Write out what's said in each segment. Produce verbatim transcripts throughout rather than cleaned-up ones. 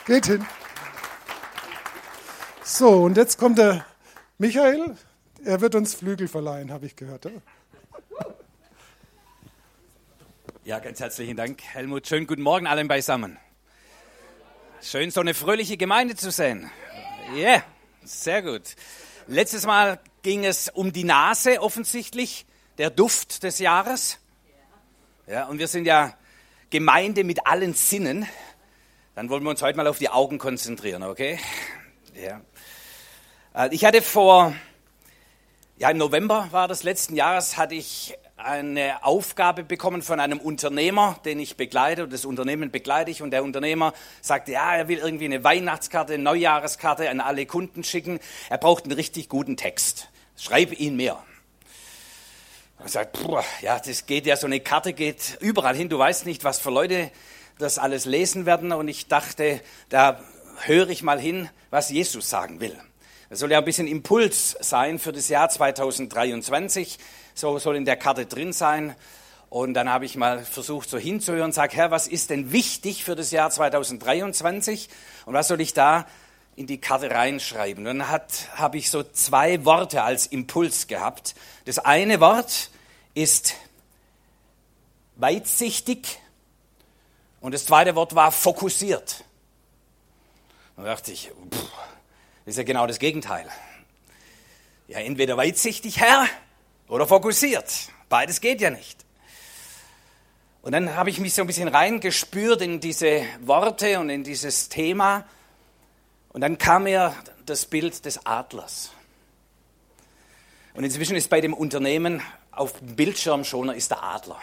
Geht hin. So, und jetzt kommt der Michael. Er wird uns Flügel verleihen, habe ich gehört. Ja, ganz herzlichen Dank, Helmut. Schönen guten Morgen allen beisammen. Schön, so eine fröhliche Gemeinde zu sehen. Ja, yeah, sehr gut. Letztes Mal ging es um die Nase, offensichtlich, der Duft des Jahres. Ja, und wir sind ja Gemeinde mit allen Sinnen. Dann wollen wir uns heute mal auf die Augen konzentrieren, okay? Ja. Ich hatte vor, ja im November war das letzten Jahres, hatte ich eine Aufgabe bekommen von einem Unternehmer, den ich begleite, und das Unternehmen begleite ich, und der Unternehmer sagte, ja, er will irgendwie eine Weihnachtskarte, eine Neujahreskarte an alle Kunden schicken. Er braucht einen richtig guten Text. Schreib ihn mir. Ich sagte, ja, das geht ja, so eine Karte geht überall hin. Du weißt nicht, was für Leute das alles lesen werden. Und ich dachte, da höre ich mal hin, was Jesus sagen will. Das soll ja ein bisschen Impuls sein für das Jahr zweitausenddreiundzwanzig. So soll in der Karte drin sein. Und dann habe ich mal versucht, so hinzuhören und sage, Herr, was ist denn wichtig für das Jahr zweitausenddreiundzwanzig? Und was soll ich da in die Karte reinschreiben? Und dann hat, habe ich so zwei Worte als Impuls gehabt. Das eine Wort ist weitsichtig und das zweite Wort war fokussiert. Da dachte ich, pff, das ist ja genau das Gegenteil. Ja, entweder weitsichtig, Herr, oder fokussiert. Beides geht ja nicht. Und dann habe ich mich so ein bisschen reingespürt in diese Worte und in dieses Thema. Und dann kam mir das Bild des Adlers. Und inzwischen ist bei dem Unternehmen auf dem Bildschirmschoner ist der Adler.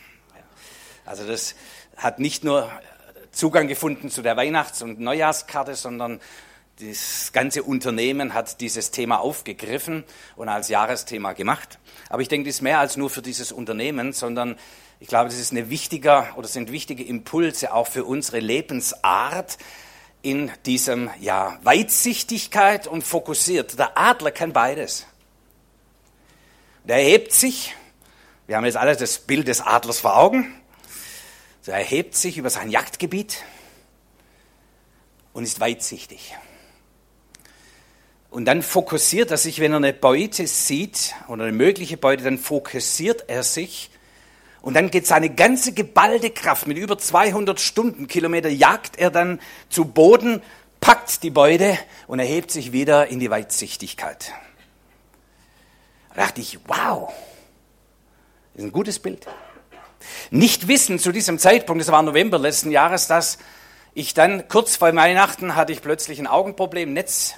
Also das hat nicht nur Zugang gefunden zu der Weihnachts- und Neujahrskarte, sondern das ganze Unternehmen hat dieses Thema aufgegriffen und als Jahresthema gemacht. Aber ich denke, das ist mehr als nur für dieses Unternehmen, sondern ich glaube, das ist eine wichtiger oder sind wichtige Impulse auch für unsere Lebensart in diesem Jahr. Weitsichtigkeit und fokussiert. Der Adler kann beides. Der erhebt sich, wir haben jetzt alle das Bild des Adlers vor Augen, er erhebt sich über sein Jagdgebiet und ist weitsichtig. Und dann fokussiert er sich, wenn er eine Beute sieht oder eine mögliche Beute, dann fokussiert er sich und dann geht seine ganze geballte Kraft, mit über zweihundert Stundenkilometer jagt er dann zu Boden, packt die Beute und erhebt sich wieder in die Weitsichtigkeit. Da dachte ich, wow, das ist ein gutes Bild. Nicht wissen zu diesem Zeitpunkt, das war November letzten Jahres, dass ich dann kurz vor Weihnachten hatte ich plötzlich ein Augenproblem,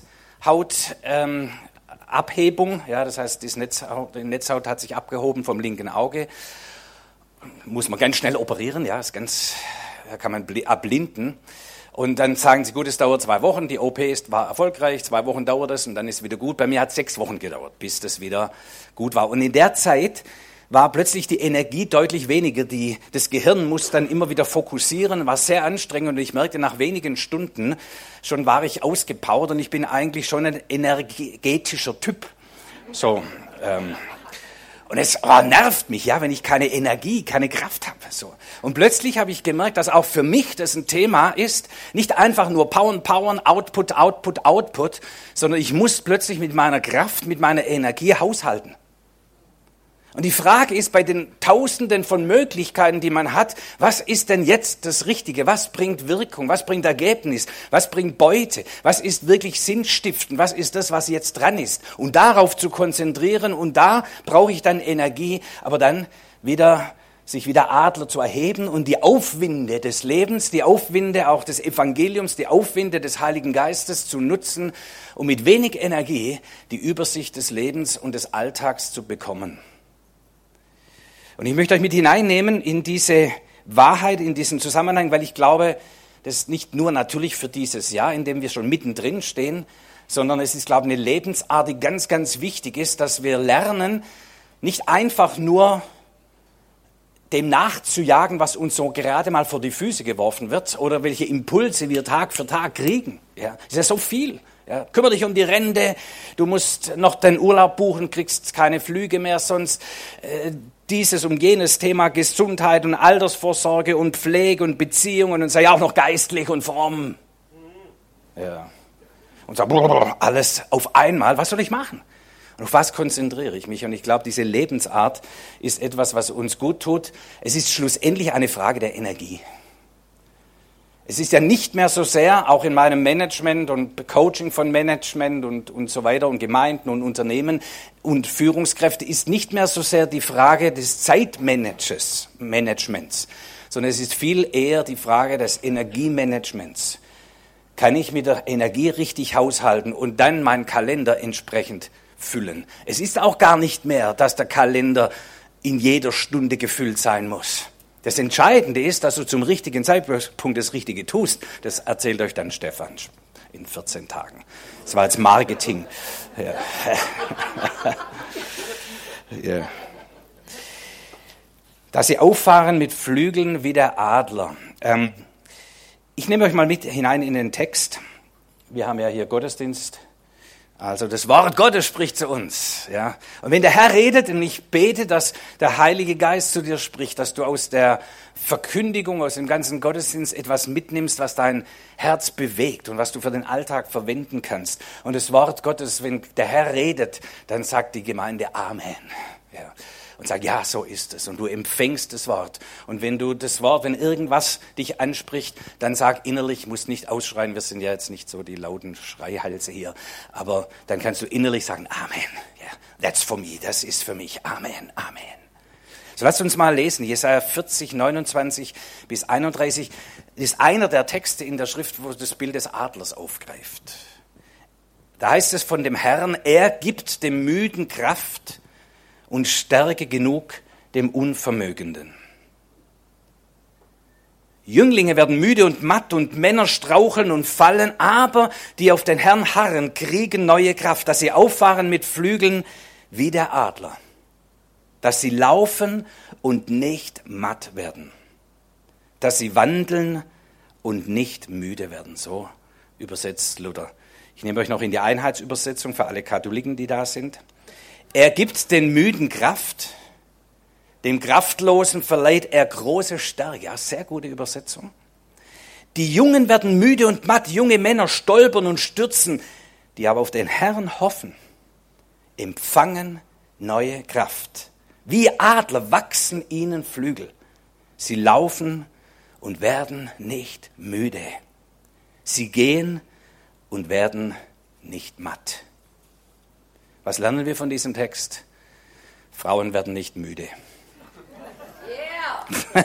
Netzhautabhebung, ähm, ja, das heißt, die Netzhaut, die Netzhaut hat sich abgehoben vom linken Auge, muss man ganz schnell operieren, ja, ist ganz, da kann man erblinden. Und dann sagen sie, gut, es dauert zwei Wochen, die O P ist, war erfolgreich, zwei Wochen dauert es und dann ist es wieder gut. Bei mir hat es sechs Wochen gedauert, bis das wieder gut war. Und in der Zeit war plötzlich die Energie deutlich weniger. Die, das Gehirn muss dann immer wieder fokussieren, war sehr anstrengend und ich merkte, nach wenigen Stunden schon war ich ausgepowert und ich bin eigentlich schon ein energetischer Typ. So, ähm, Und es oh, nervt mich, ja, wenn ich keine Energie, keine Kraft habe. So. Und plötzlich habe ich gemerkt, dass auch für mich das ein Thema ist, nicht einfach nur powern, powern, Output, Output, Output, sondern ich muss plötzlich mit meiner Kraft, mit meiner Energie haushalten. Und die Frage ist bei den Tausenden von Möglichkeiten, die man hat, was ist denn jetzt das Richtige? Was bringt Wirkung? Was bringt Ergebnis? Was bringt Beute? Was ist wirklich sinnstiftend? Was ist das, was jetzt dran ist? Und darauf zu konzentrieren und da brauche ich dann Energie, aber dann wieder sich wie der Adler zu erheben und die Aufwinde des Lebens, die Aufwinde auch des Evangeliums, die Aufwinde des Heiligen Geistes zu nutzen, um mit wenig Energie die Übersicht des Lebens und des Alltags zu bekommen. Und ich möchte euch mit hineinnehmen in diese Wahrheit, in diesen Zusammenhang, weil ich glaube, das ist nicht nur natürlich für dieses Jahr, in dem wir schon mittendrin stehen, sondern es ist, glaube ich, eine Lebensart, die ganz, ganz wichtig ist, dass wir lernen, nicht einfach nur dem nachzujagen, was uns so gerade mal vor die Füße geworfen wird oder welche Impulse wir Tag für Tag kriegen. Ja, ist ja so viel. Ja, kümmere dich um die Rente, du musst noch deinen Urlaub buchen, kriegst keine Flüge mehr, sonst äh, dieses um jenes Thema Gesundheit und Altersvorsorge und Pflege und Beziehungen und sei auch noch geistlich und fromm. Ja. Und sagt, alles auf einmal, was soll ich machen? Und auf was konzentriere ich mich? Und ich glaube, diese Lebensart ist etwas, was uns gut tut. Es ist schlussendlich eine Frage der Energie. Es ist ja nicht mehr so sehr, auch in meinem Management und Coaching von Management und, und so weiter und Gemeinden und Unternehmen und Führungskräfte, ist nicht mehr so sehr die Frage des Zeitmanagements, Managements, sondern es ist viel eher die Frage des Energiemanagements. Kann ich mit der Energie richtig haushalten und dann meinen Kalender entsprechend füllen? Es ist auch gar nicht mehr, dass der Kalender in jeder Stunde gefüllt sein muss. Das Entscheidende ist, dass du zum richtigen Zeitpunkt das Richtige tust. Das erzählt euch dann Stefan in vierzehn Tagen. Das war jetzt Marketing. Ja. Ja. Dass sie auffahren mit Flügeln wie der Adler. Ähm, ich nehme euch mal mit hinein in den Text. Wir haben ja hier Gottesdienst. Also das Wort Gottes spricht zu uns. Ja. Und wenn der Herr redet, und ich bete, dass der Heilige Geist zu dir spricht, dass du aus der Verkündigung, aus dem ganzen Gottesdienst etwas mitnimmst, was dein Herz bewegt und was du für den Alltag verwenden kannst. Und das Wort Gottes, wenn der Herr redet, dann sagt die Gemeinde Amen. Ja. Und sagt, ja, so ist es. Und du empfängst das Wort. Und wenn du das Wort, wenn irgendwas dich anspricht, dann sag innerlich, musst nicht ausschreien, wir sind ja jetzt nicht so die lauten Schreihalse hier, aber dann kannst du innerlich sagen, Amen. Yeah, that's for me, das ist für mich. Amen, Amen. So, lasst uns mal lesen, Jesaja vierzig, neunundzwanzig bis einunddreißig, ist einer der Texte in der Schrift, wo das Bild des Adlers aufgreift. Da heißt es von dem Herrn, er gibt dem Müden Kraft und Stärke genug dem Unvermögenden. Jünglinge werden müde und matt und Männer straucheln und fallen, aber die auf den Herrn harren, kriegen neue Kraft, dass sie auffahren mit Flügeln wie der Adler, dass sie laufen und nicht matt werden, dass sie wandeln und nicht müde werden. So übersetzt Luther. Ich nehme euch noch in die Einheitsübersetzung für alle Katholiken, die da sind. Er gibt den Müden Kraft, dem Kraftlosen verleiht er große Stärke. Ja, sehr gute Übersetzung. Die Jungen werden müde und matt, junge Männer stolpern und stürzen, die aber auf den Herrn hoffen, empfangen neue Kraft. Wie Adler wachsen ihnen Flügel. Sie laufen und werden nicht müde. Sie gehen und werden nicht matt. Was lernen wir von diesem Text? Frauen werden nicht müde. Yeah.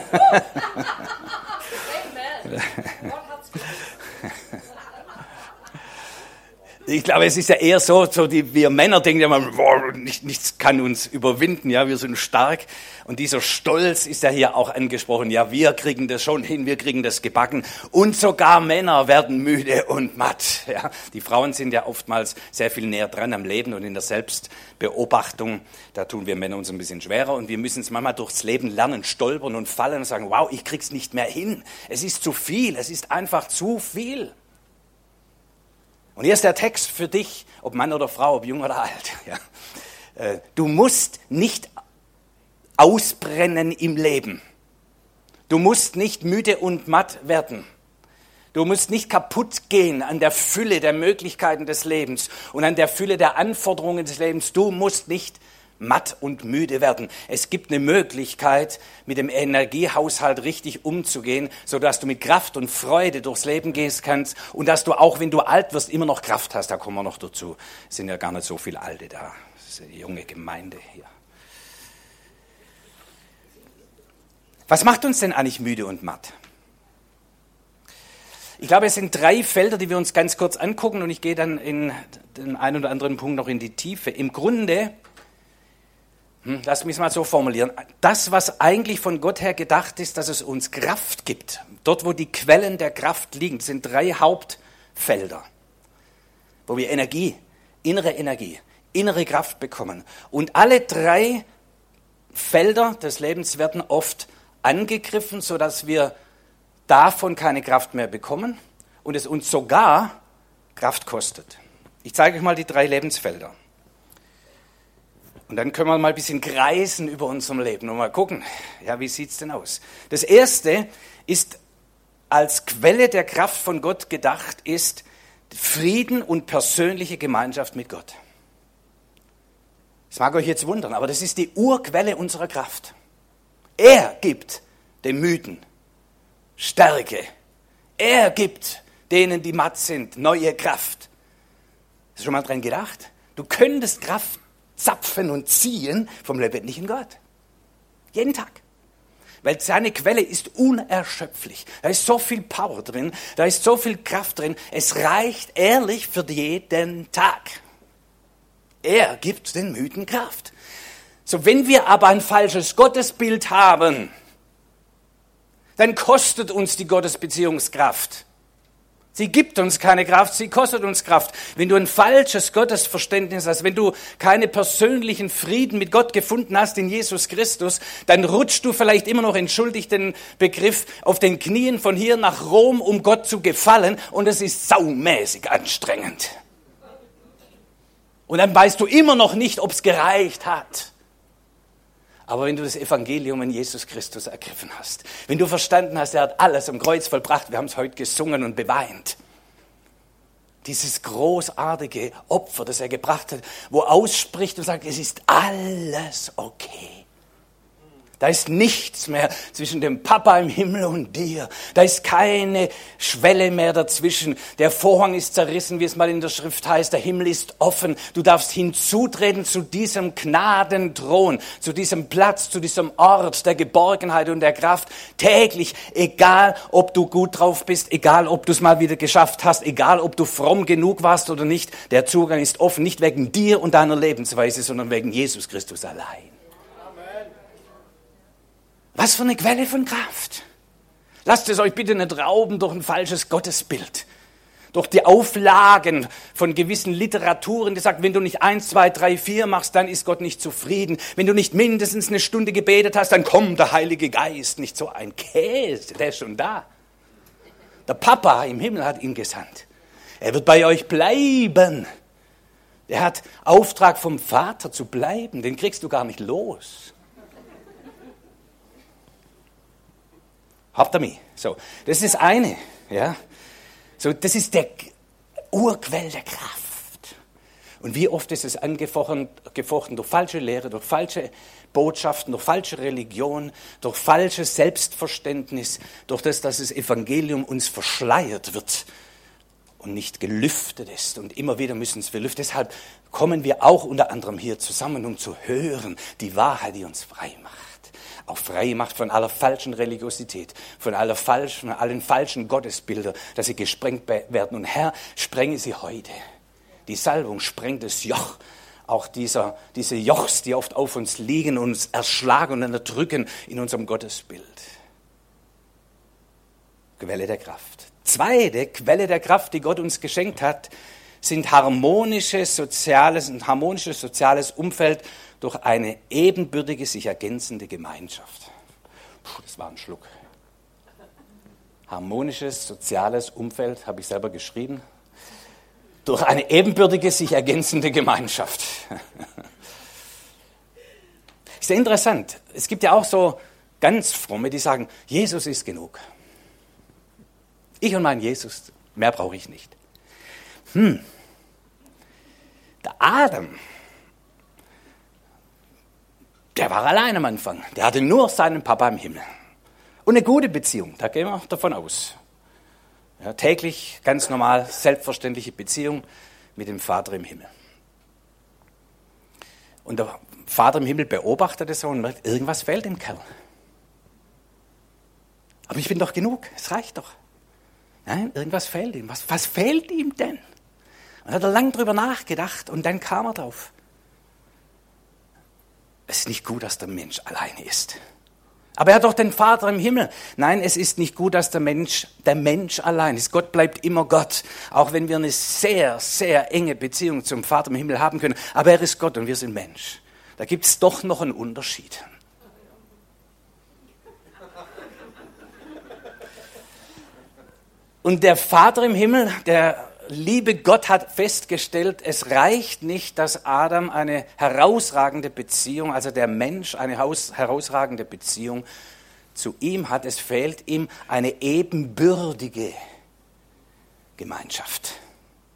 Ich glaube, es ist ja eher so, so die, wir Männer denken ja mal, boah, nicht, nichts kann uns überwinden, ja, wir sind stark. Und dieser Stolz ist ja hier auch angesprochen, ja, wir kriegen das schon hin, wir kriegen das gebacken. Und sogar Männer werden müde und matt. Ja. Die Frauen sind ja oftmals sehr viel näher dran am Leben und in der Selbstbeobachtung, da tun wir Männer uns ein bisschen schwerer. Und wir müssen es manchmal durchs Leben lernen, stolpern und fallen und sagen, wow, ich krieg's nicht mehr hin. Es ist zu viel, es ist einfach zu viel. Und hier ist der Text für dich, ob Mann oder Frau, ob jung oder alt. Ja. Du musst nicht ausbrennen im Leben. Du musst nicht müde und matt werden. Du musst nicht kaputt gehen an der Fülle der Möglichkeiten des Lebens und an der Fülle der Anforderungen des Lebens. Du musst nicht matt und müde werden. Es gibt eine Möglichkeit, mit dem Energiehaushalt richtig umzugehen, sodass du mit Kraft und Freude durchs Leben gehen kannst und dass du auch, wenn du alt wirst, immer noch Kraft hast. Da kommen wir noch dazu. Es sind ja gar nicht so viele Alte da. Das ist eine junge Gemeinde hier. Was macht uns denn eigentlich müde und matt? Ich glaube, es sind drei Felder, die wir uns ganz kurz angucken und ich gehe dann in den einen oder anderen Punkt noch in die Tiefe. Im Grunde, hm, lass mich es mal so formulieren, das, was eigentlich von Gott her gedacht ist, dass es uns Kraft gibt, dort, wo die Quellen der Kraft liegen, sind drei Hauptfelder, wo wir Energie, innere Energie, innere Kraft bekommen. Und alle drei Felder des Lebens werden oft angegriffen, sodass wir davon keine Kraft mehr bekommen und es uns sogar Kraft kostet. Ich zeige euch mal die drei Lebensfelder. Und dann können wir mal ein bisschen kreisen über unserem Leben und mal gucken, ja, wie sieht es denn aus? Das erste ist als Quelle der Kraft von Gott gedacht, ist Frieden und persönliche Gemeinschaft mit Gott. Das mag euch jetzt wundern, aber das ist die Urquelle unserer Kraft. Er gibt den Müden Stärke. Er gibt denen, die matt sind, neue Kraft. Hast du schon mal dran gedacht? Du könntest Kraft zapfen und ziehen vom lebendigen Gott. Jeden Tag. Weil seine Quelle ist unerschöpflich. Da ist so viel Power drin, da ist so viel Kraft drin. Es reicht ehrlich für jeden Tag. Er gibt den Müden Kraft. So, wenn wir aber ein falsches Gottesbild haben, dann kostet uns die Gottesbeziehungskraft. Sie gibt uns keine Kraft, sie kostet uns Kraft. Wenn du ein falsches Gottesverständnis hast, wenn du keine persönlichen Frieden mit Gott gefunden hast in Jesus Christus, dann rutschst du vielleicht immer noch, entschuldigt den Begriff, auf den Knien von hier nach Rom, um Gott zu gefallen, und es ist saumäßig anstrengend. Und dann weißt du immer noch nicht, ob es gereicht hat. Aber wenn du das Evangelium in Jesus Christus ergriffen hast, wenn du verstanden hast, er hat alles am Kreuz vollbracht, wir haben es heute gesungen und beweint, dieses großartige Opfer, das er gebracht hat, wo er ausspricht und sagt, es ist alles okay. Da ist nichts mehr zwischen dem Papa im Himmel und dir. Da ist keine Schwelle mehr dazwischen. Der Vorhang ist zerrissen, wie es mal in der Schrift heißt. Der Himmel ist offen. Du darfst hinzutreten zu diesem Gnadenthron, zu diesem Platz, zu diesem Ort der Geborgenheit und der Kraft. Täglich, egal ob du gut drauf bist, egal ob du es mal wieder geschafft hast, egal ob du fromm genug warst oder nicht. Der Zugang ist offen, nicht wegen dir und deiner Lebensweise, sondern wegen Jesus Christus allein. Was für eine Quelle von Kraft. Lasst es euch bitte nicht rauben durch ein falsches Gottesbild. Durch die Auflagen von gewissen Literaturen, die sagt, wenn du nicht eins, zwei, drei, vier machst, dann ist Gott nicht zufrieden. Wenn du nicht mindestens eine Stunde gebetet hast, dann kommt der Heilige Geist. Nicht so ein Käse, der ist schon da. Der Papa im Himmel hat ihn gesandt. Er wird bei euch bleiben. Er hat Auftrag vom Vater zu bleiben. Den kriegst du gar nicht los. Habt ihr mich? So, das ist das eine, ja. So, das ist der Urquell der Kraft. Und wie oft ist es angefochten gefochten durch falsche Lehre, durch falsche Botschaften, durch falsche Religion, durch falsches Selbstverständnis, durch das, dass das Evangelium uns verschleiert wird und nicht gelüftet ist. Und immer wieder müssen es wir lüften. Deshalb kommen wir auch unter anderem hier zusammen, um zu hören, die Wahrheit, die uns frei macht. Auch frei macht von aller falschen Religiosität, von, aller falschen, von allen falschen Gottesbildern, dass sie gesprengt werden. Und Herr, sprenge sie heute. Die Salbung sprengt das Joch, auch dieser, diese Jochs, die oft auf uns liegen, uns erschlagen und erdrücken in unserem Gottesbild. Quelle der Kraft. Zweite Quelle der Kraft, die Gott uns geschenkt hat, sind harmonisches soziales, ein harmonisches soziales Umfeld durch eine ebenbürtige, sich ergänzende Gemeinschaft. Puh, das war ein Schluck. Harmonisches soziales Umfeld, habe ich selber geschrieben, durch eine ebenbürtige, sich ergänzende Gemeinschaft. Ist ja interessant. Es gibt ja auch so ganz Fromme, die sagen, Jesus ist genug. Ich und mein Jesus, mehr brauche ich nicht. Hm. Der Adam, der war allein am Anfang. Der hatte nur seinen Papa im Himmel. Und eine gute Beziehung, da gehen wir davon aus. Ja, täglich, ganz normal, selbstverständliche Beziehung mit dem Vater im Himmel. Und der Vater im Himmel beobachtet es so und merkt, irgendwas fehlt dem Kerl. Aber ich bin doch genug, es reicht doch. Nein, irgendwas fehlt ihm. Was, was fehlt ihm denn? Und hat er lange drüber nachgedacht und dann kam er drauf. Es ist nicht gut, dass der Mensch alleine ist. Aber er hat doch den Vater im Himmel. Nein, es ist nicht gut, dass der Mensch, der Mensch allein ist. Gott bleibt immer Gott. Auch wenn wir eine sehr, sehr enge Beziehung zum Vater im Himmel haben können. Aber er ist Gott und wir sind Mensch. Da gibt es doch noch einen Unterschied. Und der Vater im Himmel, der liebe Gott hat festgestellt, es reicht nicht, dass Adam eine herausragende Beziehung, also der Mensch eine herausragende Beziehung zu ihm hat. Es fehlt ihm eine ebenbürtige Gemeinschaft.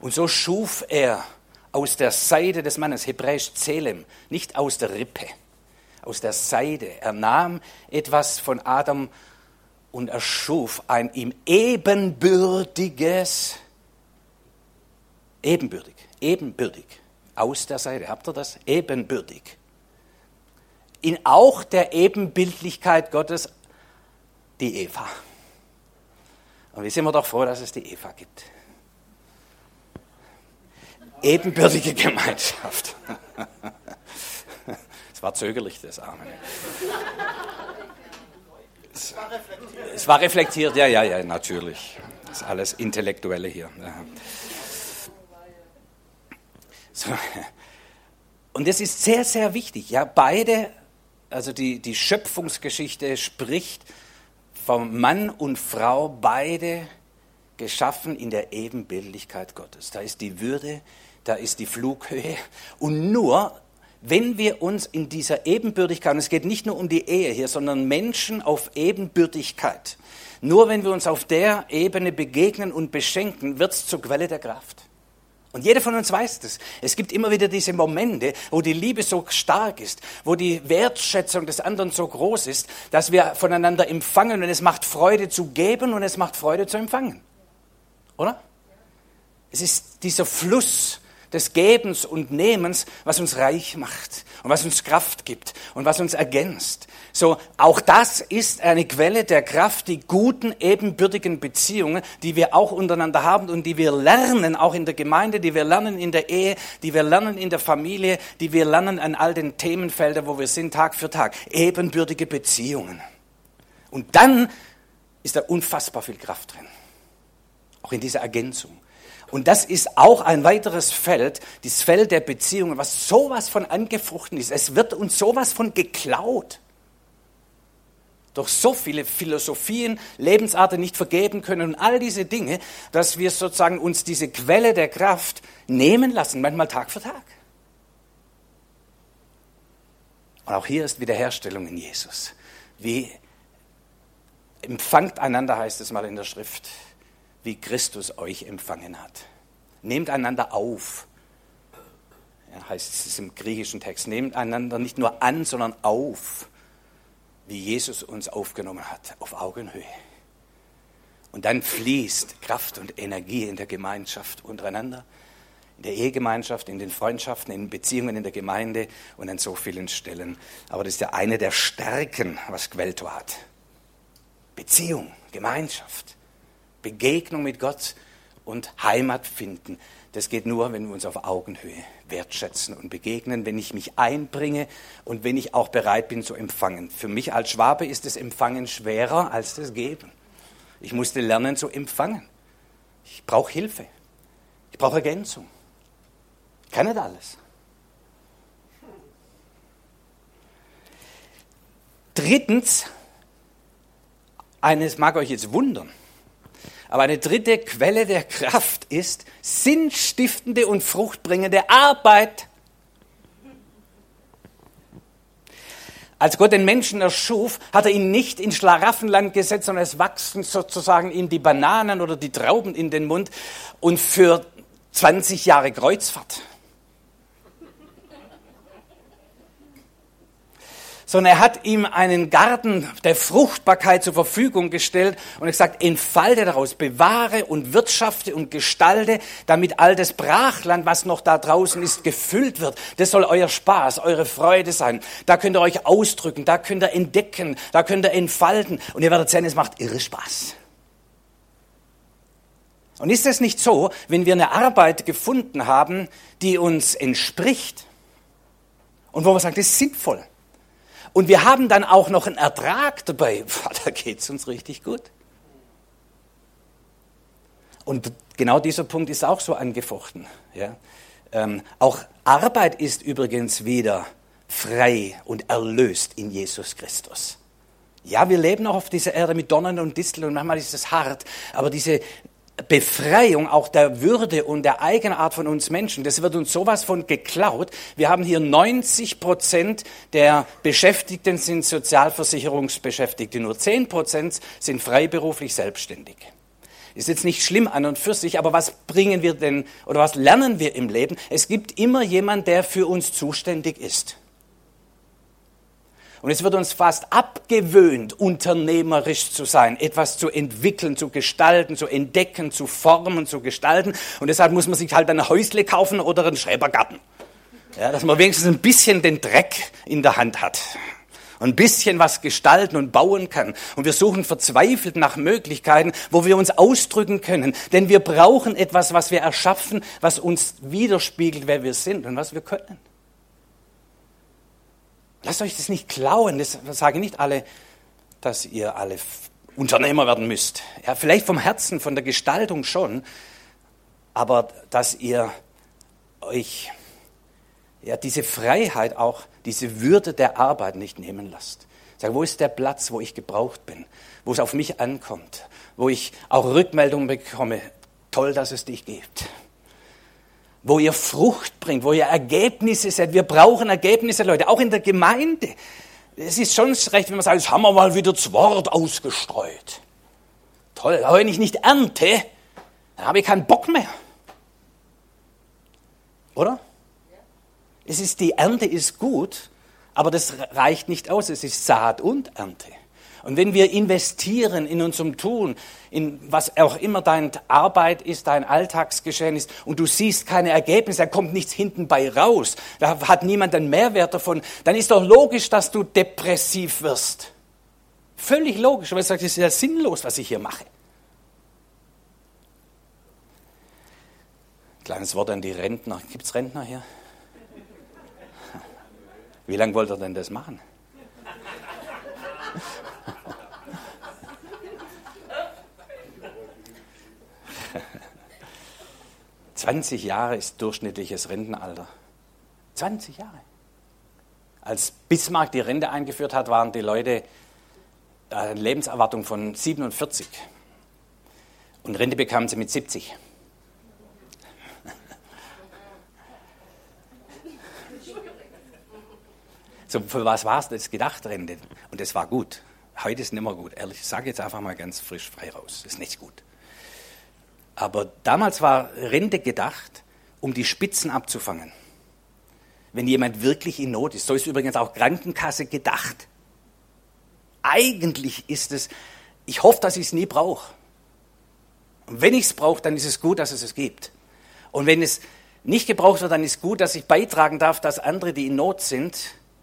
Und so schuf er aus der Seide des Mannes, hebräisch Zelem, nicht aus der Rippe, aus der Seide. Er nahm etwas von Adam und erschuf ein ihm ebenbürtiges, ebenbürtig, ebenbürtig, aus der Seide. Habt ihr das? Ebenbürtig. In auch der Ebenbildlichkeit Gottes die Eva. Und wir sind wir doch froh, dass es die Eva gibt. Ebenbürtige Gemeinschaft. Es war zögerlich, das Amen. Es, es war reflektiert, ja, ja, ja, natürlich. Das ist alles Intellektuelle hier. So. Und das ist sehr, sehr wichtig. Ja, beide, also die, die Schöpfungsgeschichte spricht von Mann und Frau, beide geschaffen in der Ebenbildlichkeit Gottes. Da ist die Würde, da ist die Flughöhe. Und nur, wenn wir uns in dieser Ebenbürtigkeit, und es geht nicht nur um die Ehe hier, sondern Menschen auf Ebenbürtigkeit, nur wenn wir uns auf der Ebene begegnen und beschenken, wird es zur Quelle der Kraft. Und jeder von uns weiß das. Es gibt immer wieder diese Momente, wo die Liebe so stark ist, wo die Wertschätzung des anderen so groß ist, dass wir voneinander empfangen und es macht Freude zu geben und es macht Freude zu empfangen. Oder? Es ist dieser Fluss des Gebens und Nehmens, was uns reich macht und was uns Kraft gibt und was uns ergänzt. So, auch das ist eine Quelle der Kraft, die guten, ebenbürtigen Beziehungen, die wir auch untereinander haben und die wir lernen, auch in der Gemeinde, die wir lernen in der Ehe, die wir lernen in der Familie, die wir lernen an all den Themenfeldern, wo wir sind, Tag für Tag. Ebenbürtige Beziehungen. Und dann ist da unfassbar viel Kraft drin. Auch in dieser Ergänzung. Und das ist auch ein weiteres Feld, das Feld der Beziehungen, was sowas von angefruchten ist. Es wird uns sowas von geklaut. Durch so viele Philosophien, Lebensarten nicht vergeben können und all diese Dinge, dass wir sozusagen uns diese Quelle der Kraft nehmen lassen, manchmal Tag für Tag. Und auch hier ist Wiederherstellung in Jesus. Wie empfangt einander, heißt es mal in der Schrift, wie Christus euch empfangen hat. Nehmt einander auf, ja, heißt es im griechischen Text. Nehmt einander nicht nur an, sondern auf, wie Jesus uns aufgenommen hat, auf Augenhöhe. Und dann fließt Kraft und Energie in der Gemeinschaft untereinander, in der Ehegemeinschaft, in den Freundschaften, in Beziehungen in der Gemeinde und an so vielen Stellen. Aber das ist ja eine der Stärken, was Quelltor hat. Beziehung, Gemeinschaft. Begegnung mit Gott und Heimat finden. Das geht nur, wenn wir uns auf Augenhöhe wertschätzen und begegnen, wenn ich mich einbringe und wenn ich auch bereit bin zu empfangen. Für mich als Schwabe ist das Empfangen schwerer als das Geben. Ich musste lernen zu empfangen. Ich brauche Hilfe. Ich brauche Ergänzung. Ich kann nicht alles. Drittens, eines mag euch jetzt wundern, aber eine dritte Quelle der Kraft ist sinnstiftende und fruchtbringende Arbeit. Als Gott den Menschen erschuf, hat er ihn nicht in Schlaraffenland gesetzt, sondern es wachsen sozusagen ihm die Bananen oder die Trauben in den Mund und für zwanzig Jahre Kreuzfahrt. Sondern er hat ihm einen Garten der Fruchtbarkeit zur Verfügung gestellt und er gesagt, entfalte daraus, bewahre und wirtschafte und gestalte, damit all das Brachland, was noch da draußen ist, gefüllt wird. Das soll euer Spaß, eure Freude sein. Da könnt ihr euch ausdrücken, da könnt ihr entdecken, da könnt ihr entfalten und ihr werdet sehen, es macht irre Spaß. Und ist es nicht so, wenn wir eine Arbeit gefunden haben, die uns entspricht und wo man sagt, das ist sinnvoll, und wir haben dann auch noch einen Ertrag dabei, da geht es uns richtig gut. Und genau dieser Punkt ist auch so angefochten. Ja? Ähm, auch Arbeit ist übrigens wieder frei und erlöst in Jesus Christus. Ja, wir leben auch auf dieser Erde mit Dornen und Disteln und manchmal ist es hart, aber diese Befreiung auch der Würde und der Eigenart von uns Menschen, das wird uns sowas von geklaut. Wir haben hier neunzig Prozent der Beschäftigten sind Sozialversicherungsbeschäftigte, nur zehn Prozent sind freiberuflich selbstständig. Ist jetzt nicht schlimm an und für sich, aber was bringen wir denn oder was lernen wir im Leben? Es gibt immer jemand, der für uns zuständig ist. Und es wird uns fast abgewöhnt, unternehmerisch zu sein, etwas zu entwickeln, zu gestalten, zu entdecken, zu formen, zu gestalten. Und deshalb muss man sich halt ein Häusle kaufen oder einen Schrebergarten. Ja, dass man wenigstens ein bisschen den Dreck in der Hand hat. Ein bisschen was gestalten und bauen kann. Und wir suchen verzweifelt nach Möglichkeiten, wo wir uns ausdrücken können. Denn wir brauchen etwas, was wir erschaffen, was uns widerspiegelt, wer wir sind und was wir können. Lasst euch das nicht klauen. Das sage nicht alle, dass ihr alle Unternehmer werden müsst. Ja, vielleicht vom Herzen, von der Gestaltung schon. Aber dass ihr euch ja, diese Freiheit auch, diese Würde der Arbeit nicht nehmen lasst. Sag, wo ist der Platz, wo ich gebraucht bin, wo es auf mich ankommt, wo ich auch Rückmeldungen bekomme, toll, dass es dich gibt. Wo ihr Frucht bringt, wo ihr Ergebnisse seid. Wir brauchen Ergebnisse, Leute, auch in der Gemeinde. Es ist schon recht, wenn man sagt, jetzt haben wir mal wieder das Wort ausgestreut. Toll, aber wenn ich nicht ernte, dann habe ich keinen Bock mehr. Oder? Es ist, die Ernte ist gut, aber das reicht nicht aus. Es ist Saat und Ernte. Und wenn wir investieren in unserem Tun, in was auch immer deine Arbeit ist, dein Alltagsgeschehen ist, und du siehst keine Ergebnisse, da kommt nichts hinten bei raus, da hat niemand einen Mehrwert davon, dann ist doch logisch, dass du depressiv wirst. Völlig logisch, weil du sagst, es ist ja sinnlos, was ich hier mache. Kleines Wort an die Rentner. Gibt es Rentner hier? Wie lange wollt ihr denn das machen? zwanzig Jahre ist durchschnittliches Rentenalter. zwanzig Jahre. Als Bismarck die Rente eingeführt hat, waren die Leute eine Lebenserwartung von siebenundvierzig. Und Rente bekamen sie mit siebzig. So, für was war es das gedacht, Rente? Und das war gut. Heute ist es nicht mehr gut. Ehrlich, ich sage jetzt einfach mal ganz frisch frei raus. Das ist nicht gut. Aber damals war Rente gedacht, um die Spitzen abzufangen. Wenn jemand wirklich in Not ist. So ist übrigens auch Krankenkasse gedacht. Eigentlich ist es, ich hoffe, dass ich es nie brauche. Und wenn ich es brauche, dann ist es gut, dass es es gibt. Und wenn es nicht gebraucht wird, dann ist es gut, dass ich beitragen darf, dass andere, die in Not sind,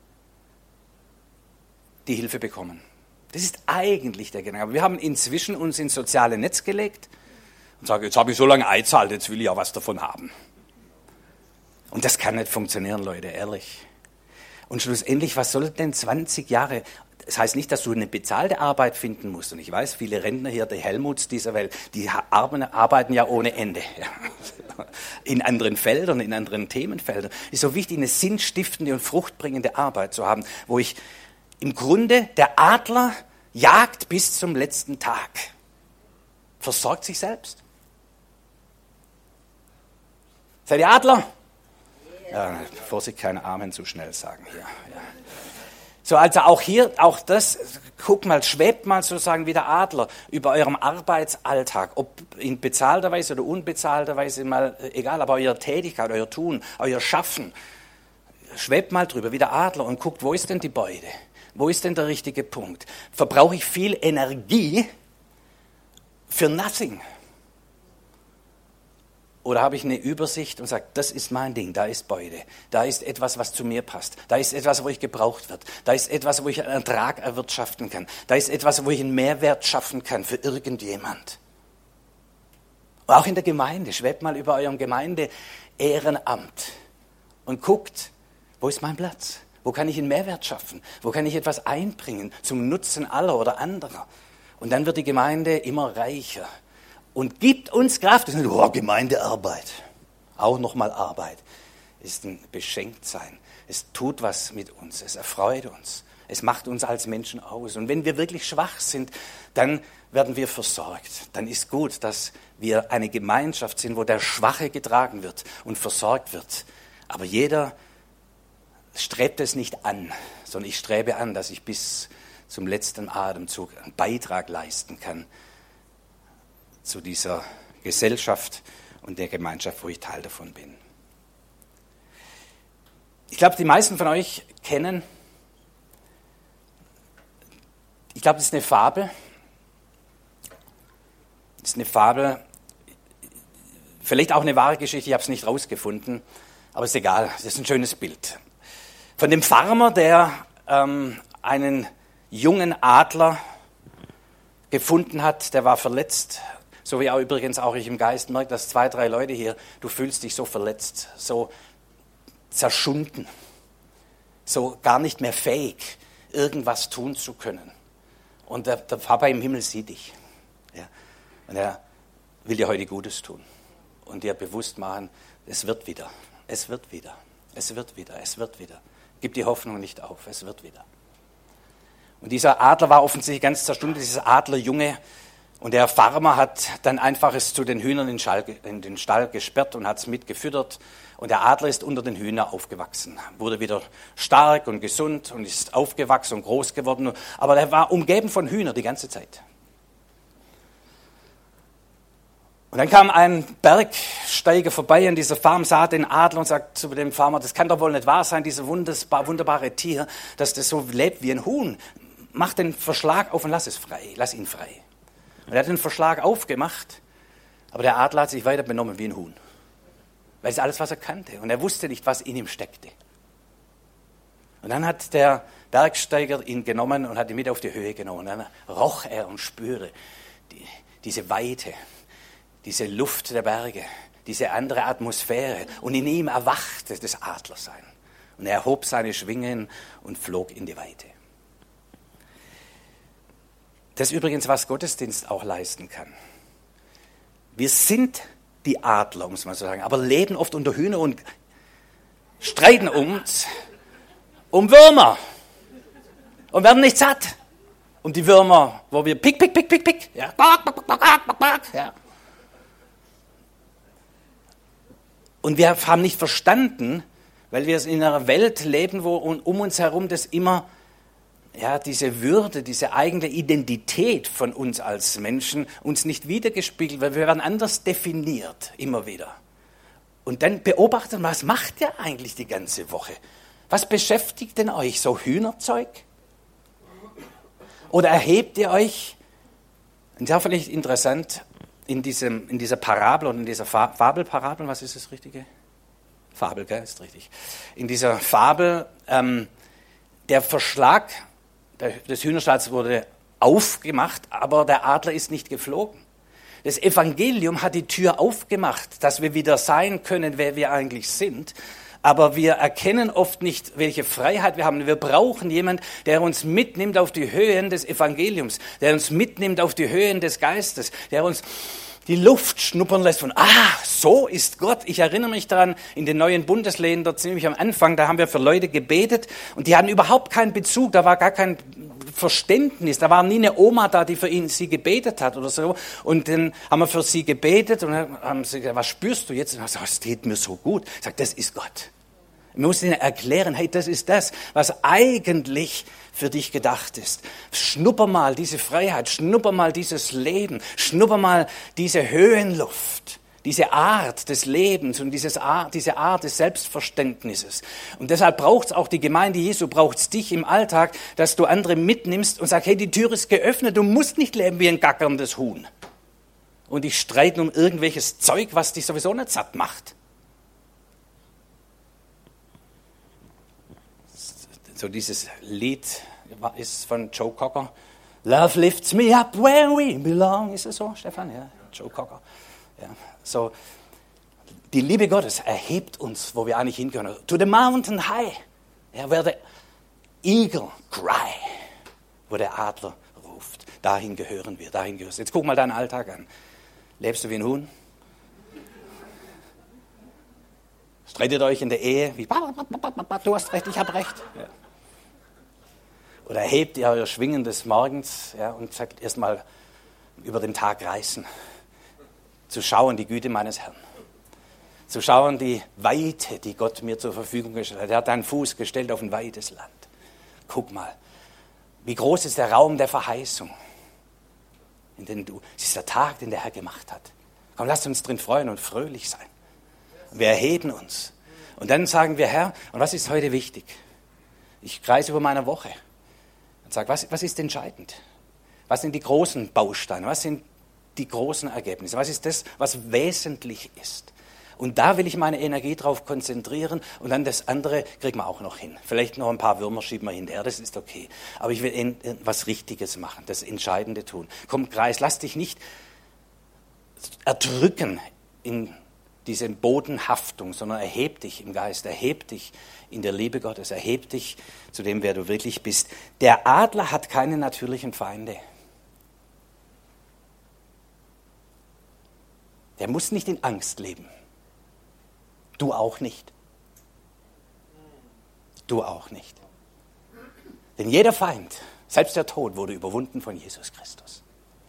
die Hilfe bekommen. Das ist eigentlich der Gedanke. Aber wir haben inzwischen uns ins soziale Netz gelegt und sagen, jetzt habe ich so lange eingezahlt, jetzt will ich auch was davon haben. Und das kann nicht funktionieren, Leute, ehrlich. Und schlussendlich, was soll denn zwanzig Jahre? Das heißt nicht, dass du eine bezahlte Arbeit finden musst. Und ich weiß, viele Rentner hier, die Helmuts dieser Welt, die arbeiten ja ohne Ende. In anderen Feldern, in anderen Themenfeldern. Es ist so wichtig, eine sinnstiftende und fruchtbringende Arbeit zu haben, wo ich im Grunde, der Adler jagt bis zum letzten Tag. Versorgt sich selbst. Seid ihr Adler? Ja, Vorsicht, keine Amen zu schnell sagen hier. Ja. So, also auch hier, auch das, guck mal, schwebt mal sozusagen wie der Adler über eurem Arbeitsalltag, ob in bezahlter Weise oder unbezahlter Weise, mal egal, aber eure Tätigkeit, euer Tun, euer Schaffen, schwebt mal drüber wie der Adler und guckt, wo ist denn die Beute? Wo ist denn der richtige Punkt? Verbrauche ich viel Energie für nothing? Oder habe ich eine Übersicht und sage, das ist mein Ding, da ist Beute, da ist etwas, was zu mir passt, da ist etwas, wo ich gebraucht wird, da ist etwas, wo ich einen Ertrag erwirtschaften kann, da ist etwas, wo ich einen Mehrwert schaffen kann für irgendjemand. Und auch in der Gemeinde, schwebt mal über eurem Gemeinde-Ehrenamt und guckt, wo ist mein Platz? Wo kann ich einen Mehrwert schaffen? Wo kann ich etwas einbringen zum Nutzen aller oder anderer? Und dann wird die Gemeinde immer reicher und gibt uns Kraft. Das ist nicht, oh, Gemeindearbeit, auch nochmal Arbeit. Es ist ein Beschenktsein. Es tut was mit uns, es erfreut uns. Es macht uns als Menschen aus. Und wenn wir wirklich schwach sind, dann werden wir versorgt. Dann ist gut, dass wir eine Gemeinschaft sind, wo der Schwache getragen wird und versorgt wird. Aber jeder strebt es nicht an, sondern ich strebe an, dass ich bis zum letzten Atemzug einen Beitrag leisten kann zu dieser Gesellschaft und der Gemeinschaft, wo ich Teil davon bin. Ich glaube, die meisten von euch kennen, ich glaube, das ist eine Fabel. Das ist eine Fabel, vielleicht auch eine wahre Geschichte, ich habe es nicht rausgefunden, aber ist egal, das ist ein schönes Bild. Von dem Farmer, der ähm, einen jungen Adler gefunden hat, der war verletzt, so wie auch übrigens auch ich im Geist merke, dass zwei, drei Leute hier, du fühlst dich so verletzt, so zerschunden, so gar nicht mehr fähig, irgendwas tun zu können. Und der, der Papa im Himmel sieht dich. Ja. Und er will dir heute Gutes tun und dir bewusst machen, es wird wieder, es wird wieder, es wird wieder, es wird wieder. Gib die Hoffnung nicht auf, es wird wieder. Und dieser Adler war offensichtlich ganz zerstundet, dieser Adlerjunge. Und der Farmer hat dann einfach es zu den Hühnern in den Stall, in den Stall gesperrt und hat es mitgefüttert. Und der Adler ist unter den Hühnern aufgewachsen, wurde wieder stark und gesund und ist aufgewachsen und groß geworden. Aber er war umgeben von Hühnern die ganze Zeit. Und dann kam ein Bergsteiger vorbei an dieser Farm, sah den Adler und sagt zu dem Farmer, das kann doch wohl nicht wahr sein, dieses wunderbare Tier, dass das so lebt wie ein Huhn. Mach den Verschlag auf und lass es frei, lass ihn frei. Und er hat den Verschlag aufgemacht, aber der Adler hat sich weiter benommen wie ein Huhn. Weil es alles, was er kannte. Und er wusste nicht, was in ihm steckte. Und dann hat der Bergsteiger ihn genommen und hat ihn mit auf die Höhe genommen. Und dann roch er und spürte die, diese Weite, diese Luft der Berge, diese andere Atmosphäre. Und in ihm erwachte das Adlersein. Und er erhob seine Schwingen und flog in die Weite. Das ist übrigens, was Gottesdienst auch leisten kann. Wir sind die Adler, um es mal so zu sagen, aber leben oft unter Hühner und streiten uns um Würmer und werden nicht satt. Um die Würmer, wo wir pick, pick, pick, pick, pick. Ja. Ja. Und wir haben nicht verstanden, weil wir in einer Welt leben, wo um uns herum das immer, ja, diese Würde, diese eigene Identität von uns als Menschen uns nicht wiedergespiegelt, weil wir werden anders definiert, immer wieder. Und dann beobachtet, was macht ihr eigentlich die ganze Woche? Was beschäftigt denn euch? So Hühnerzeug? Oder erhebt ihr euch, und das ist vielleicht interessant, in, diesem, in dieser Parabel oder in dieser Fa- Fabelparabel, was ist das Richtige? Fabel, gell, ist richtig. In dieser Fabel, ähm, der Verschlag des Hühnerstalls wurde aufgemacht, aber der Adler ist nicht geflogen. Das Evangelium hat die Tür aufgemacht, dass wir wieder sein können, wer wir eigentlich sind. Aber wir erkennen oft nicht, welche Freiheit wir haben. Wir brauchen jemanden, der uns mitnimmt auf die Höhen des Evangeliums, der uns mitnimmt auf die Höhen des Geistes, der uns die Luft schnuppern lässt von, ah, so ist Gott. Ich erinnere mich daran, in den neuen Bundesländern, ziemlich am Anfang, da haben wir für Leute gebetet und die hatten überhaupt keinen Bezug, da war gar kein Verständnis, da war nie eine Oma da, die für ihn, sie gebetet hat oder so. Und dann haben wir für sie gebetet und dann haben sie gesagt, was spürst du jetzt? Und ich sage, es geht mir so gut. Ich sage, das ist Gott. Man muss ihnen erklären, hey, das ist das, was eigentlich für dich gedacht ist. Schnupper mal diese Freiheit, schnupper mal dieses Leben, schnupper mal diese Höhenluft, diese Art des Lebens und dieses Art, diese Art des Selbstverständnisses. Und deshalb braucht es auch die Gemeinde Jesu, braucht es dich im Alltag, dass du andere mitnimmst und sagst, hey, die Tür ist geöffnet, du musst nicht leben wie ein gackerndes Huhn. Und dich streiten um irgendwelches Zeug, was dich sowieso nicht satt macht. So dieses Lied ist von Joe Cocker. Love lifts me up where we belong. Ist es so, Stefan? Ja, Joe Cocker. Ja, so, die Liebe Gottes erhebt uns, wo wir eigentlich hingehören. To the mountain high. Ja, where the eagle cry. Wo der Adler ruft. Dahin gehören wir, dahin gehörst du. Jetzt guck mal deinen Alltag an. Lebst du wie ein Huhn? Streitet euch in der Ehe? Wie, du hast recht, ich habe recht. Ja. Oder erhebt ihr euer Schwingen des Morgens, ja, und sagt erstmal über den Tag reißen. Zu schauen, die Güte meines Herrn. Zu schauen, die Weite, die Gott mir zur Verfügung gestellt hat. Er hat einen Fuß gestellt auf ein weites Land. Guck mal, wie groß ist der Raum der Verheißung. in den du, es ist der Tag, den der Herr gemacht hat. Komm, lasst uns drin freuen und fröhlich sein. Wir erheben uns. Und dann sagen wir, Herr, und was ist heute wichtig? Ich kreise über meine Woche und sage, was, was ist entscheidend? Was sind die großen Bausteine? Was sind die großen Ergebnisse? Was ist das, was wesentlich ist? Und da will ich meine Energie drauf konzentrieren und dann das andere kriegen wir auch noch hin. Vielleicht noch ein paar Würmer schieben wir hinterher, das ist okay. Aber ich will was Richtiges machen, das Entscheidende tun. Komm, Kreis, lass dich nicht erdrücken in diese Bodenhaftung, sondern erheb dich im Geist, erheb dich in der Liebe Gottes, erheb dich zu dem, wer du wirklich bist. Der Adler hat keine natürlichen Feinde. Der muss nicht in Angst leben. Du auch nicht. Du auch nicht. Denn jeder Feind, selbst der Tod, wurde überwunden von Jesus Christus.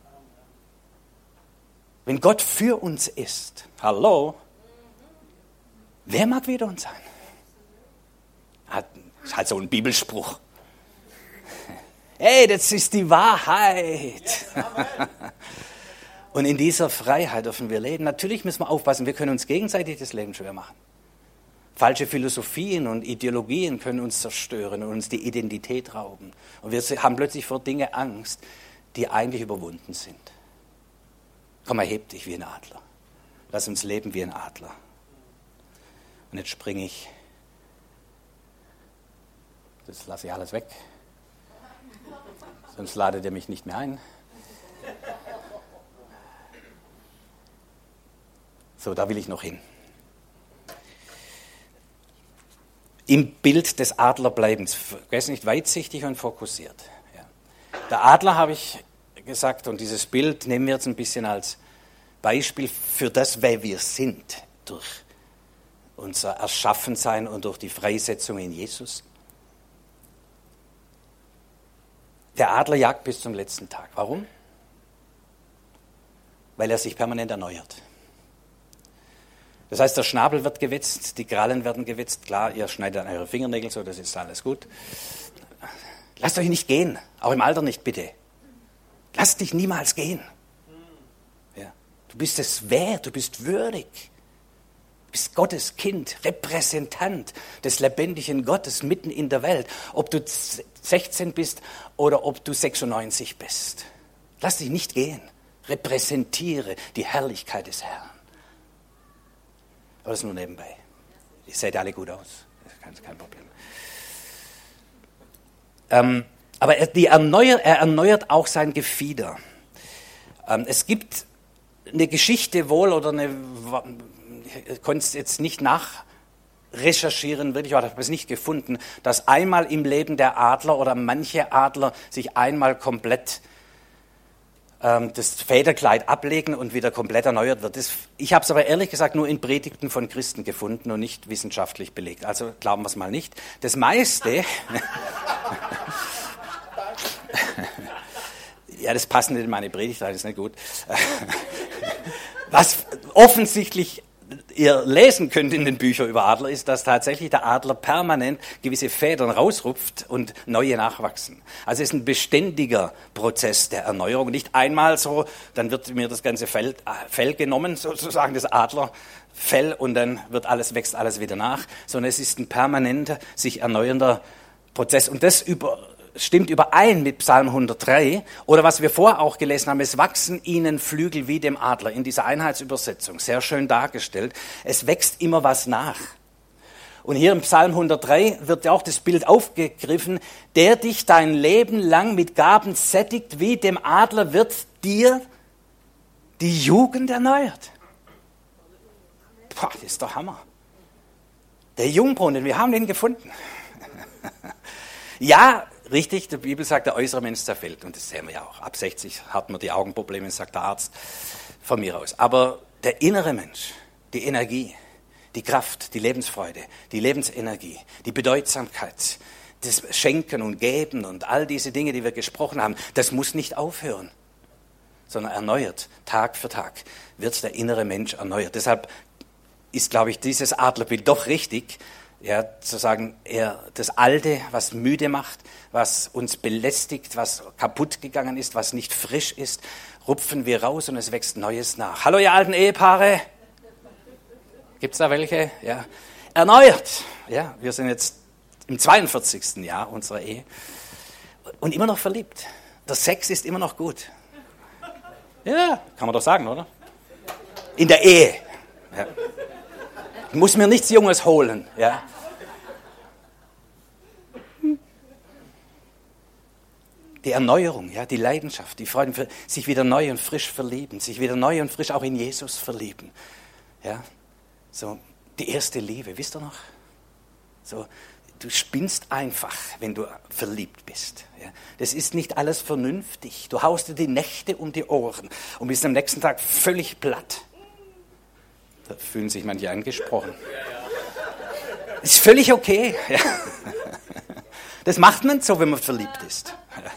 Wenn Gott für uns ist, hallo, wer mag wider uns sein? Das ist halt so ein Bibelspruch. Hey, das ist die Wahrheit. Und in dieser Freiheit dürfen wir leben. Natürlich müssen wir aufpassen, wir können uns gegenseitig das Leben schwer machen. Falsche Philosophien und Ideologien können uns zerstören und uns die Identität rauben. Und wir haben plötzlich vor Dinge Angst, die eigentlich überwunden sind. Komm, erheb dich wie ein Adler. Lass uns leben wie ein Adler. Und jetzt springe ich. Das lasse ich alles weg. Sonst ladet ihr mich nicht mehr ein. So, da will ich noch hin. Im Bild des Adlerbleibens. Vergesst nicht, weitsichtig und fokussiert. Ja. Der Adler, habe ich gesagt, und dieses Bild nehmen wir jetzt ein bisschen als Beispiel für das, wer wir sind, durch unser Erschaffensein und durch die Freisetzung in Jesus. Der Adler jagt bis zum letzten Tag. Warum? Weil er sich permanent erneuert. Das heißt, der Schnabel wird gewetzt, die Krallen werden gewetzt. Klar, ihr schneidet an eure Fingernägel so, das ist alles gut. Lasst euch nicht gehen, auch im Alter nicht, bitte. Lasst dich niemals gehen. Ja. Du bist es wert, du bist würdig. Du bist Gottes Kind, Repräsentant des lebendigen Gottes mitten in der Welt. Ob du sechzehn bist oder ob du sechsundneunzig bist. Lass dich nicht gehen. Repräsentiere die Herrlichkeit des Herrn. Aber das nur nebenbei. Ihr seht alle gut aus. Das ist kein Problem. Ähm, aber er, die erneuert, er erneuert auch sein Gefieder. Ähm, es gibt eine Geschichte wohl, oder eine, ich konnte es jetzt nicht nachrecherchieren, wirklich, oder habe es nicht gefunden, dass einmal im Leben der Adler oder manche Adler sich einmal komplett das Federkleid ablegen und wieder komplett erneuert wird. Das, ich habe es aber ehrlich gesagt nur in Predigten von Christen gefunden und nicht wissenschaftlich belegt. Also glauben wir es mal nicht. Das meiste... ja, das passt nicht in meine Predigt, das ist nicht gut. Was offensichtlich ihr lesen könnt in den Büchern über Adler, ist, dass tatsächlich der Adler permanent gewisse Federn rausrupft und neue nachwachsen. Also es ist ein beständiger Prozess der Erneuerung. Nicht einmal so, dann wird mir das ganze Fell, Fell genommen, sozusagen das Adlerfell, und dann wird alles, wächst alles wieder nach, sondern es ist ein permanenter, sich erneuernder Prozess. Und das über stimmt überein mit Psalm hundertdrei, oder was wir vorher auch gelesen haben, es wachsen ihnen Flügel wie dem Adler, in dieser Einheitsübersetzung, sehr schön dargestellt. Es wächst immer was nach. Und hier im Psalm hundertdrei wird ja auch das Bild aufgegriffen, der dich dein Leben lang mit Gaben sättigt, wie dem Adler wird dir die Jugend erneuert. Boah, das ist doch Hammer. Der Jungbrunnen, wir haben den gefunden. Ja, richtig, die Bibel sagt, der äußere Mensch zerfällt. Und das sehen wir ja auch. Ab sechzig hat man die Augenprobleme, sagt der Arzt von mir aus. Aber der innere Mensch, die Energie, die Kraft, die Lebensfreude, die Lebensenergie, die Bedeutsamkeit, das Schenken und Geben und all diese Dinge, die wir gesprochen haben, das muss nicht aufhören, sondern erneuert, Tag für Tag, wird der innere Mensch erneuert. Deshalb ist, glaube ich, dieses Adlerbild doch richtig. Ja, zu sagen, er, das Alte, was müde macht, was uns belästigt, was kaputt gegangen ist, was nicht frisch ist, rupfen wir raus und es wächst Neues nach. Hallo, ihr alten Ehepaare. Gibt's da welche? Ja. Erneuert. Ja, wir sind jetzt im zweiundvierzigsten Jahr unserer Ehe und immer noch verliebt. Der Sex ist immer noch gut. Ja, kann man doch sagen, oder? In der Ehe. Ja. Ich muss mir nichts Junges holen. Ja. Die Erneuerung, ja, die Leidenschaft, die Freude, für sich wieder neu und frisch verlieben, sich wieder neu und frisch auch in Jesus verlieben. Ja. So, die erste Liebe, wisst ihr noch? So, du spinnst einfach, wenn du verliebt bist. Ja. Das ist nicht alles vernünftig. Du haust dir die Nächte um die Ohren und bist am nächsten Tag völlig platt. Da fühlen sich manche angesprochen. Ist völlig okay. Ja. Das macht man so, wenn man verliebt ist.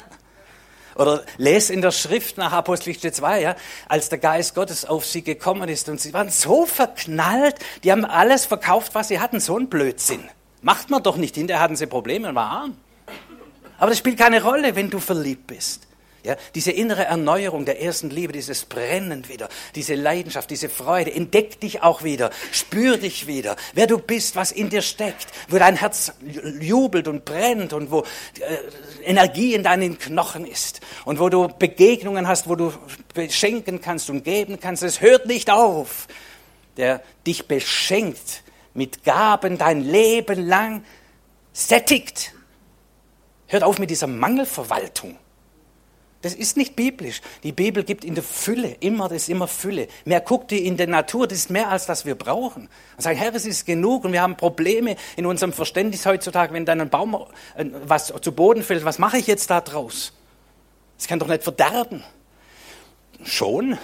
Oder les in der Schrift nach Apostelgeschichte zwei, ja, als der Geist Gottes auf sie gekommen ist und sie waren so verknallt, die haben alles verkauft, was sie hatten, so ein Blödsinn. Macht man doch nicht, hinterher hatten sie Probleme und waren arm. Aber das spielt keine Rolle, wenn du verliebt bist. Ja, diese innere Erneuerung der ersten Liebe, dieses Brennen wieder, diese Leidenschaft, diese Freude, entdeck dich auch wieder, spür dich wieder, wer du bist, was in dir steckt, wo dein Herz jubelt und brennt und wo äh, Energie in deinen Knochen ist und wo du Begegnungen hast, wo du beschenken kannst und geben kannst. Es hört nicht auf, der dich beschenkt mit Gaben dein Leben lang sättigt. Hört auf mit dieser Mangelverwaltung. Das ist nicht biblisch. Die Bibel gibt in der Fülle, immer, das ist immer Fülle. Mehr guckt ihr in der Natur, das ist mehr, als das wir brauchen. Und sagen, Herr, es ist genug und wir haben Probleme in unserem Verständnis heutzutage, wenn dann ein Baum was zu Boden fällt, was mache ich jetzt da draus? Das kann doch nicht verderben. Schon.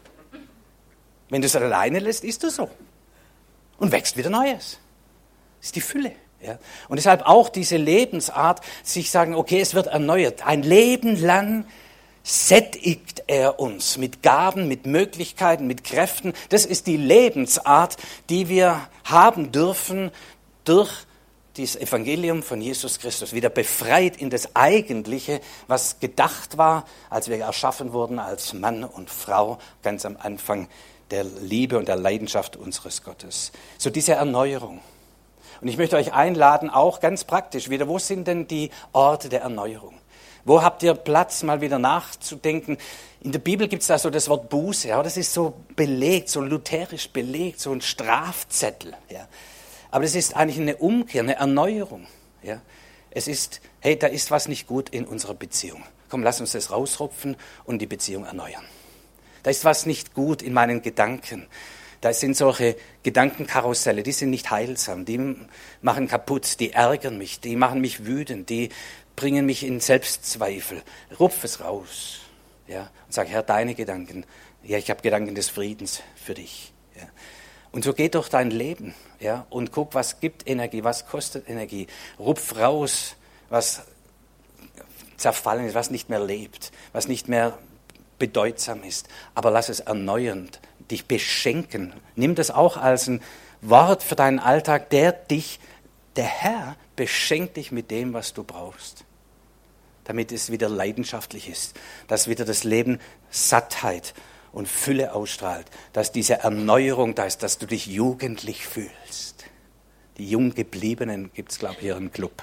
Wenn du es alleine lässt, ist du so. Und wächst wieder Neues. Das ist die Fülle. Ja. Und deshalb auch diese Lebensart, sich sagen, okay, es wird erneuert. Ein Leben lang sättigt er uns mit Gaben, mit Möglichkeiten, mit Kräften. Das ist die Lebensart, die wir haben dürfen durch das Evangelium von Jesus Christus. Wieder befreit in das Eigentliche, was gedacht war, als wir erschaffen wurden als Mann und Frau, ganz am Anfang der Liebe und der Leidenschaft unseres Gottes. So diese Erneuerung. Und ich möchte euch einladen, auch ganz praktisch wieder, wo sind denn die Orte der Erneuerung? Wo habt ihr Platz, mal wieder nachzudenken? In der Bibel gibt es da so das Wort Buße, ja, das ist so belegt, so lutherisch belegt, so ein Strafzettel. Ja. Aber das ist eigentlich eine Umkehr, eine Erneuerung. Ja. Es ist, hey, da ist was nicht gut in unserer Beziehung. Komm, lass uns das rausrupfen und die Beziehung erneuern. Da ist was nicht gut in meinen Gedanken. Da sind solche Gedankenkarusselle, die sind nicht heilsam, die machen kaputt, die ärgern mich, die machen mich wütend, die bringen mich in Selbstzweifel. Rupf es raus, ja, und sag, Herr, deine Gedanken, ja, ich habe Gedanken des Friedens für dich. Ja. Und so geh durch dein Leben, ja, und guck, was gibt Energie, was kostet Energie. Rupf raus, was zerfallen ist, was nicht mehr lebt, was nicht mehr bedeutsam ist, aber lass es erneuernd dich beschenken. Nimm das auch als ein Wort für deinen Alltag, der dich, der Herr beschenkt dich mit dem, was du brauchst, damit es wieder leidenschaftlich ist, dass wieder das Leben Sattheit und Fülle ausstrahlt, dass diese Erneuerung da ist, dass du dich jugendlich fühlst. Die Junggebliebenen gibt es, glaube ich, hier im Club.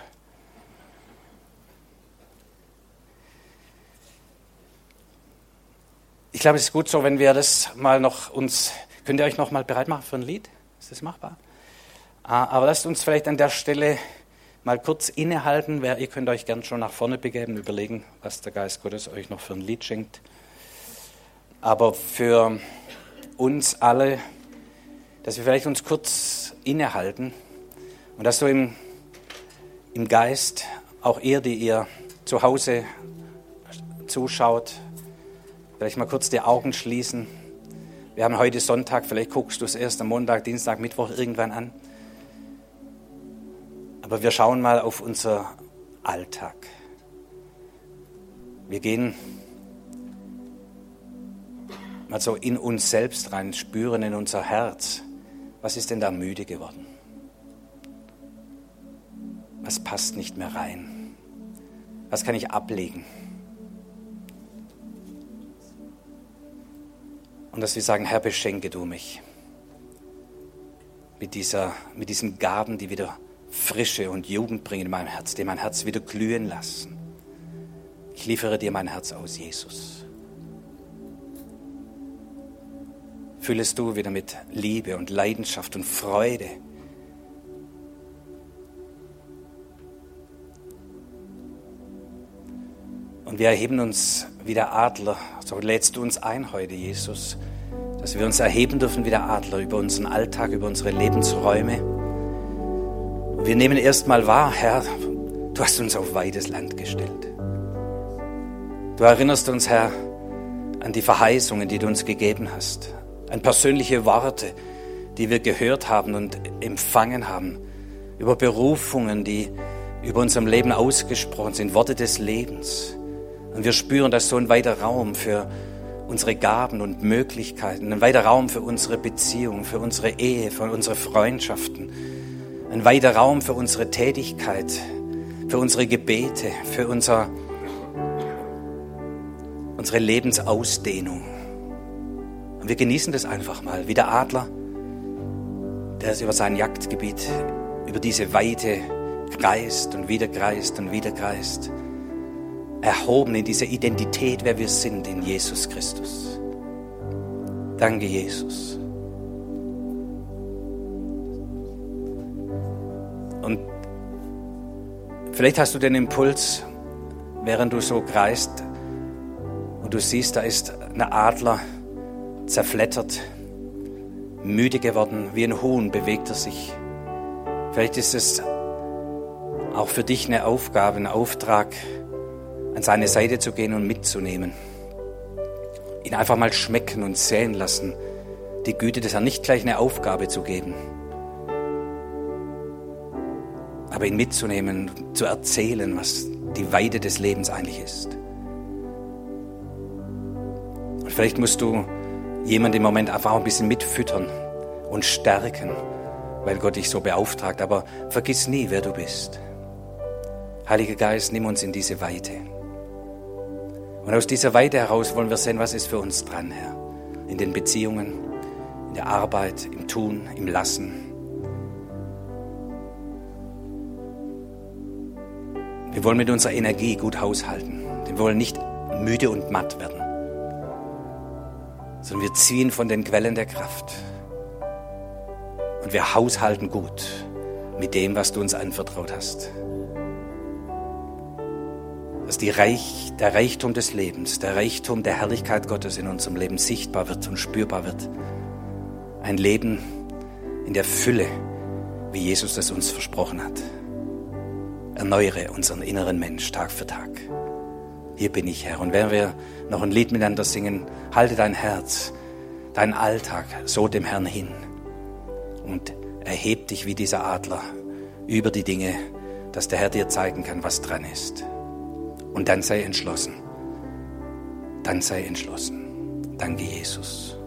Ich glaube, es ist gut so, wenn wir das mal noch uns, könnt ihr euch noch mal bereit machen für ein Lied? Ist das machbar? Aber lasst uns vielleicht an der Stelle mal kurz innehalten. Ihr könnt euch gern schon nach vorne begeben, überlegen, was der Geist Gottes euch noch für ein Lied schenkt. Aber für uns alle, dass wir vielleicht uns kurz innehalten und dass so im, im Geist, auch ihr, die ihr zu Hause zuschaut, vielleicht mal kurz die Augen schließen. Wir haben heute Sonntag, vielleicht guckst du es erst am Montag, Dienstag, Mittwoch irgendwann an. Aber wir schauen mal auf unser Alltag. Wir gehen mal so in uns selbst rein, spüren in unser Herz. Was ist denn da müde geworden? was passt nicht mehr rein? Was kann ich ablegen? Und dass wir sagen, Herr, beschenke du mich mit, dieser, mit diesen Gaben, die wieder Frische und Jugend bringen in meinem Herz, die mein Herz wieder glühen lassen. Ich liefere dir mein Herz aus, Jesus. Füllest du wieder mit Liebe und Leidenschaft und Freude. Und wir erheben uns wie der Adler. So lädst du uns ein heute, Jesus, dass wir uns erheben dürfen wie der Adler über unseren Alltag, über unsere Lebensräume. Und wir nehmen erstmal wahr, Herr, du hast uns auf weites Land gestellt. Du erinnerst uns, Herr, an die Verheißungen, die du uns gegeben hast, an persönliche Worte, die wir gehört haben und empfangen haben, über Berufungen, die über unserem Leben ausgesprochen sind, Worte des Lebens. Und wir spüren, dass so ein weiter Raum für unsere Gaben und Möglichkeiten, ein weiter Raum für unsere Beziehung, für unsere Ehe, für unsere Freundschaften, ein weiter Raum für unsere Tätigkeit, für unsere Gebete, für unser, unsere Lebensausdehnung. Und wir genießen das einfach mal, wie der Adler, der es über sein Jagdgebiet, über diese Weite kreist und wieder kreist und wieder kreist. Erhoben in dieser Identität, wer wir sind in Jesus Christus. Danke, Jesus. Und vielleicht hast du den Impuls, während du so kreist und du siehst, da ist ein Adler zerflettert, müde geworden, wie ein Huhn bewegt er sich. Vielleicht ist es auch für dich eine Aufgabe, ein Auftrag, an seine Seite zu gehen und mitzunehmen. Ihn einfach mal schmecken und sehen lassen, die Güte des Herrn, nicht gleich eine Aufgabe zu geben, aber ihn mitzunehmen, zu erzählen, was die Weite des Lebens eigentlich ist. Und vielleicht musst du jemanden im Moment einfach ein bisschen mitfüttern und stärken, weil Gott dich so beauftragt, aber vergiss nie, wer du bist. Heiliger Geist, nimm uns in diese Weite. Und aus dieser Weite heraus wollen wir sehen, was ist für uns dran, Herr. In den Beziehungen, in der Arbeit, im Tun, im Lassen. Wir wollen mit unserer Energie gut haushalten. Wir wollen nicht müde und matt werden, sondern wir ziehen von den Quellen der Kraft. Und wir haushalten gut mit dem, was du uns anvertraut hast. Dass die Reich, der Reichtum des Lebens, der Reichtum der Herrlichkeit Gottes in unserem Leben sichtbar wird und spürbar wird. Ein Leben in der Fülle, wie Jesus das uns versprochen hat. Erneuere unseren inneren Mensch Tag für Tag. Hier bin ich, Herr. Und wenn wir noch ein Lied miteinander singen, halte dein Herz, deinen Alltag so dem Herrn hin und erheb dich wie dieser Adler über die Dinge, dass der Herr dir zeigen kann, was dran ist. Und dann sei entschlossen. Dann sei entschlossen. Danke, Jesus.